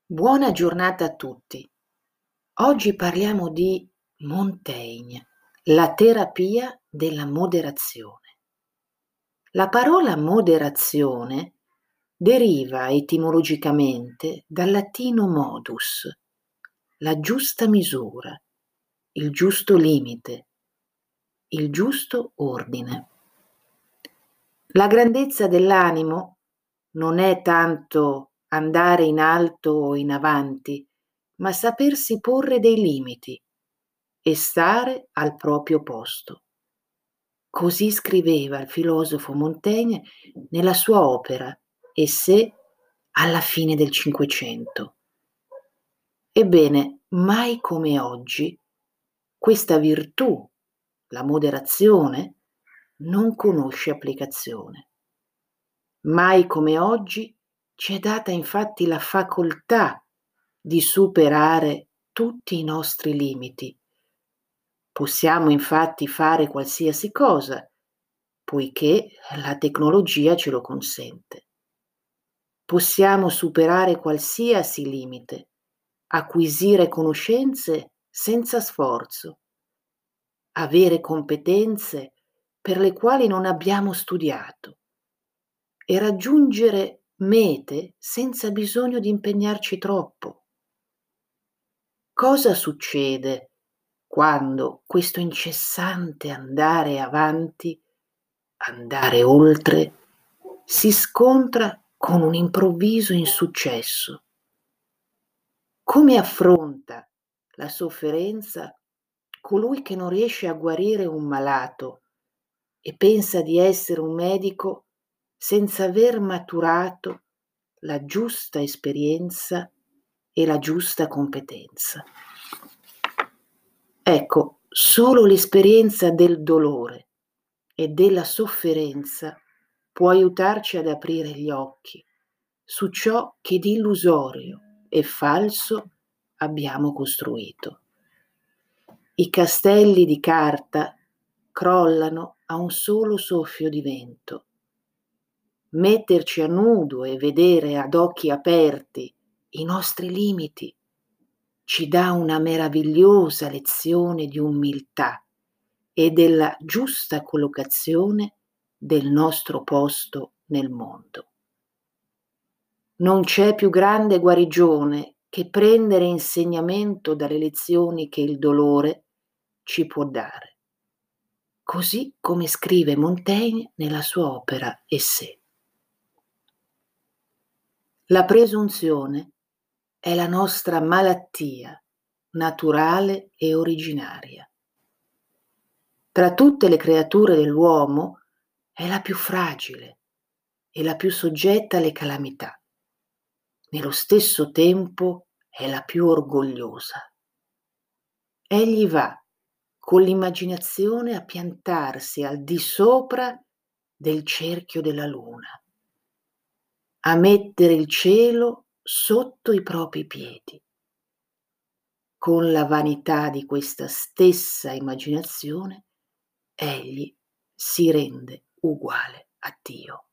Buona giornata a tutti. Oggi parliamo di Montaigne, la terapia della moderazione. La parola moderazione deriva etimologicamente dal latino modus, la giusta misura, il giusto limite, il giusto ordine. La grandezza dell'animo non è tanto andare in alto o in avanti, ma sapersi porre dei limiti e stare al proprio posto. Così scriveva il filosofo Montaigne nella sua opera Essai alla fine del Cinquecento. Ebbene, mai come oggi, questa virtù, la moderazione, non conosce applicazione. Mai come oggi ci è data infatti la facoltà di superare tutti i nostri limiti. Possiamo infatti fare qualsiasi cosa, poiché la tecnologia ce lo consente. Possiamo superare qualsiasi limite, acquisire conoscenze senza sforzo, avere competenze per le quali non abbiamo studiato e raggiungere mete senza bisogno di impegnarci troppo. Cosa succede quando questo incessante andare avanti, andare oltre, si scontra con un improvviso insuccesso? Come affronta la sofferenza colui che non riesce a guarire un malato e pensa di essere un medico senza aver maturato la giusta esperienza e la giusta competenza? Ecco, solo l'esperienza del dolore e della sofferenza può aiutarci ad aprire gli occhi su ciò che di illusorio e falso abbiamo costruito. I castelli di carta crollano a un solo soffio di vento. Metterci a nudo e vedere ad occhi aperti i nostri limiti ci dà una meravigliosa lezione di umiltà e della giusta collocazione del nostro posto nel mondo. Non c'è più grande guarigione che prendere insegnamento dalle lezioni che il dolore ci può dare, così come scrive Montaigne nella sua opera Essai. La presunzione è la nostra malattia naturale e originaria. Tra tutte le creature dell'uomo è la più fragile e la più soggetta alle calamità. Nello stesso tempo è la più orgogliosa. Egli va con l'immaginazione a piantarsi al di sopra del cerchio della luna, a mettere il cielo sotto i propri piedi. Con la vanità di questa stessa immaginazione, egli si rende uguale a Dio.